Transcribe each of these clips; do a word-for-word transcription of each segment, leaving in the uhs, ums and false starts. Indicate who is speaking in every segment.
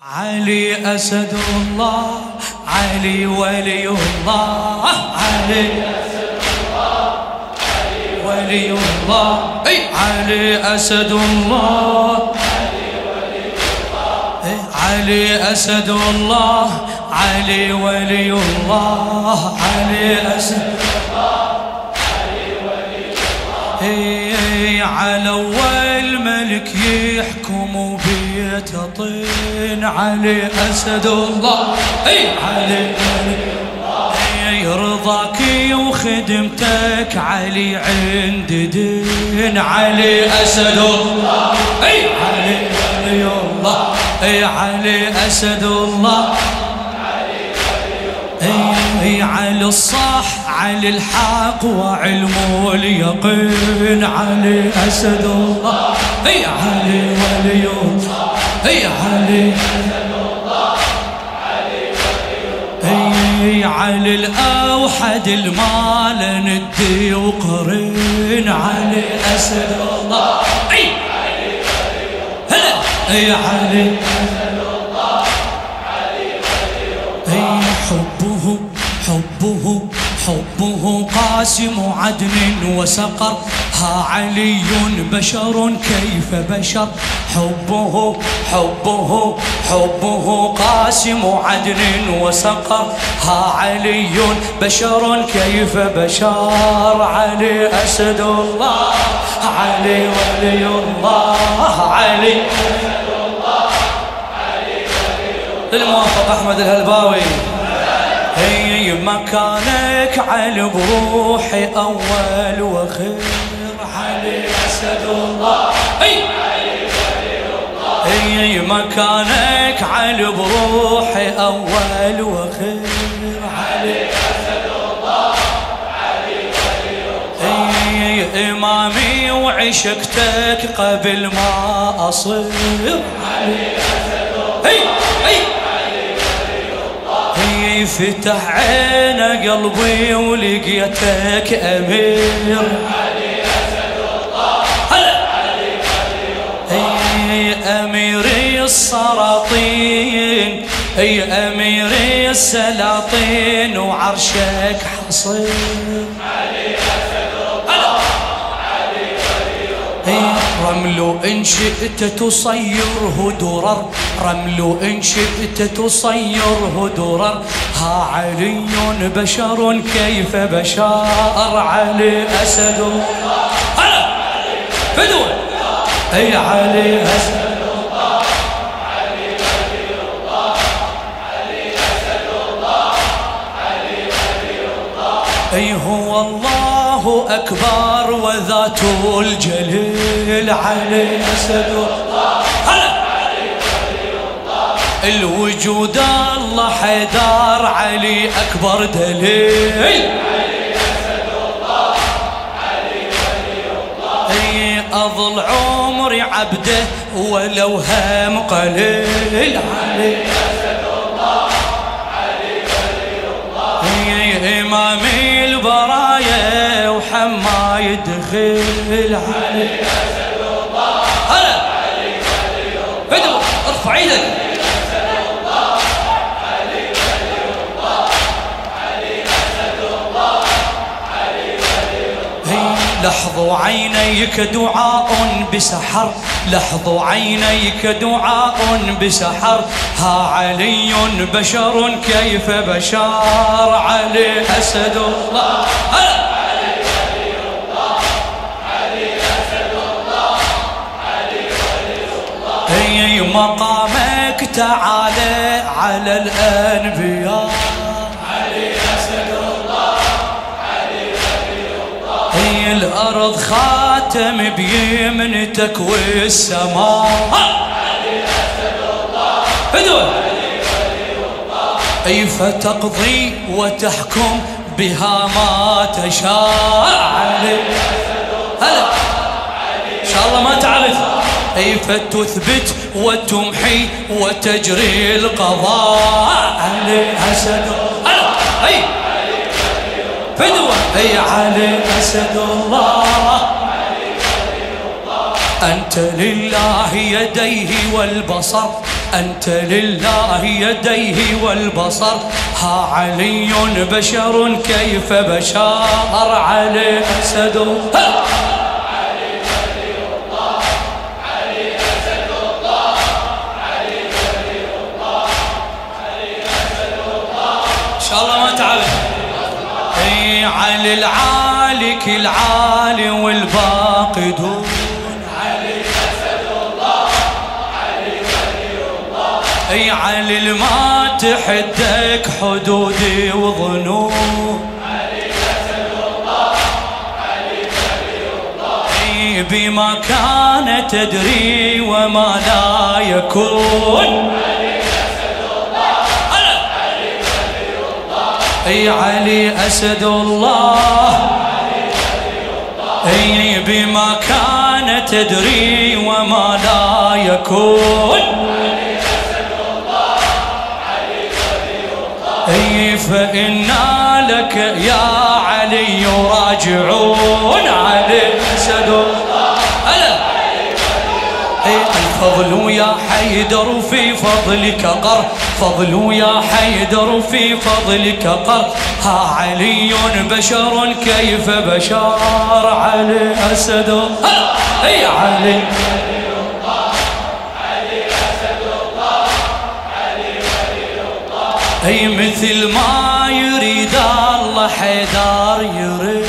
Speaker 1: علي أسد الله، علي ولي الله، علي أسد الله، علي ولي الله، أي علي أسد الله، علي ولي الله، علي أسد الله، علي ولي الله، علي أسد الله، علي ولي الله، على أول ملك يحكم بيت طين، علي أسد الله، اي علي يرضاك وخدمتك علي عند دين، علي أسد الله، اي علي ولي الله، اي علي أسد الله، اي على الصح على الحق وعلم اليقين، علي أسد الله، اي علي ولي الله، اي علي أسد الله، علي ولي الله، اي علي الأوحد المال ندي وقرين، علي أسد الله، اي علي ولي الله، اي علي أسد الله، علي ولي الله، حبه حبه حبه قاسم عدن وسقر، ها علي بشر كيف بشر، حبه حبه حبه قاسم عدن وسقر، ها علي بشر كيف بشر، علي أسد الله، علي ولي الله، علي أسد الله، علي ولي الله. الموفق أحمد الهلباوي. هي مكانك على بروحي أول وخير، علي أسد الله، هي هي مكانك على بروحي أول وخير، علي أسد الله، علي ولي الله، هي إمامي وعشقتك قبل ما أصير، علي أسد الله، هي هي فتح عين قلبي ولقيتك أمير، علي أسد الله، هلا علي ولي الله، أميري السلاطين، أي أميري السلاطين وعرشك حصين، علي أسد الله، علي ولي الله، رمل إن شئت تصيره درر، رمل إن شئت تصيره درر، ها علي بشر كيف بشر، علي أسد الله، هلا فدوى، أي علي أسد الله، علي ولي الله، علي أسد الله، علي ولي الله، أي هو الله أكبر وذاته الجليل، علي أسد الله، هلا الوجود الله حيدار، علي أكبر دليل، علي أسد الله، علي ولي الله، أظل عمري عبده ولو هم قليل، علي أسد الله، علي ولي الله، إمامي البرايا وحما يدخل، علي أسد الله، هلا علي ولي الله، ارفع ايدك، لحظوا عينيك دعاء بسحر، لحظوا عينيك دعاء بسحر، ها علي بشر كيف بشر، علي أسد الله، علي ولي الله، علي أسد الله، علي ولي الله، هي مقامك تعالى على الأنبياء، الأرض خاتم بيمنتك والسماء، علي أسد الله، فدوى، علي ولي الله، أي فتقضي وتحكم بها ما تشاء، علي أسد الله، هلا إن شاء الله ما تعرف، أي فتثبت وتمحي وتجري القضاء، علي أسد الله، هلا أي فدوى، أي علي أسد الله، علي ولي الله، أنت لله يديه والبصر، أنت لله يديه والبصر، ها علي بشر كيف بشر، علي أسد الله، علي ولي الله، علي أسد الله، علي ولي الله، علي أسد الله. إن شاء الله ما تعب. اي علي العالي كل عالي والباقي دون، علي أسد الله، علي ولي الله. اي علي الما تحدك حدودي وظنون، علي أسد الله، علي ولي الله. اي بما كان تدري وما لا يكون، اي علي أسد الله، اي بما كان تدري وما لا يكون، اي فإنا لك يا علي راجعون، علي أسد الله. الفضل يا حيدر في فضلك قر، فضل يا حيدر في فضلك قر، ها علي بشر كيف بشر، علي أسد الله. اي علي ولي الله، علي أسد الله، علي ولي الله. اي مثل ما يريد الله حيدر يريد،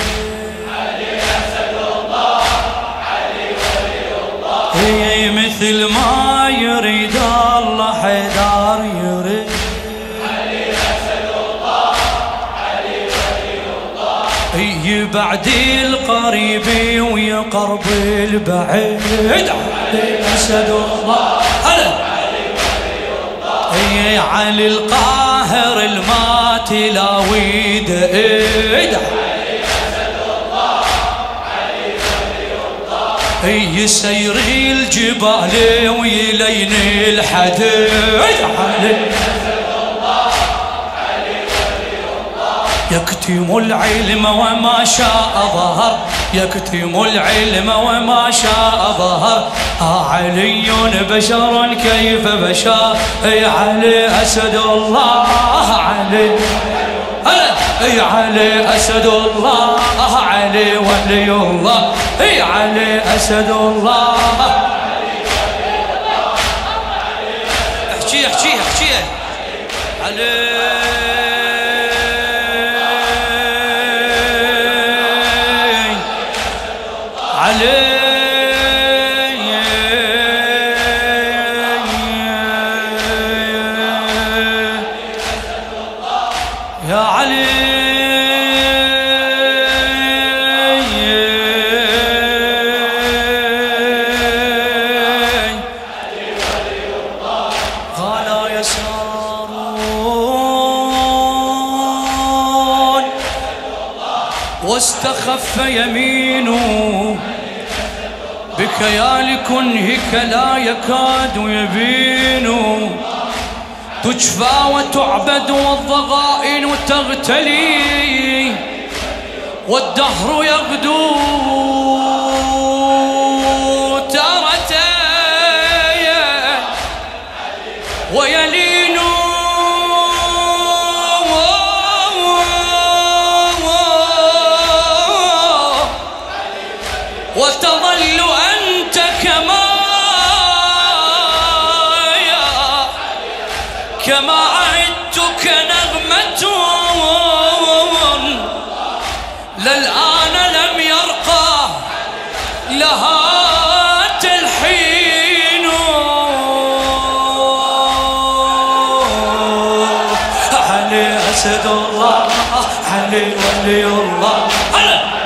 Speaker 1: اي مثل ما يريد الله حيدر يريد، علي أسد الله، علي ولي الله. اي بعد القريب ويقرب البعيد، علي أسد الله، علي ولي الله. اي علي القاهر الما تلاوي دئيد، اي سير الجبال ويلين الحديد، علي أسد الله، علي ولي الله. يكتم العلم وما شاء ظهر، يكتم العلم وما شاء ظهر، ها علي بشر كيف بشر، اي علي أسد الله، علي اي علي أسد الله، علي ولي الله. اي علي أسد الله، احكي احكي احكي علي علي يا علي واستخف يمينه بك يا لكنهك لا يكاد يبين، تجفى وتعبد والضغائن تغتلي، والدهر يغدو تارة ويلين، وتظل أنت كما كما عدتك نغمة للآن لم يرقى لها تلحين، علي أسد الله، علي ولي الله.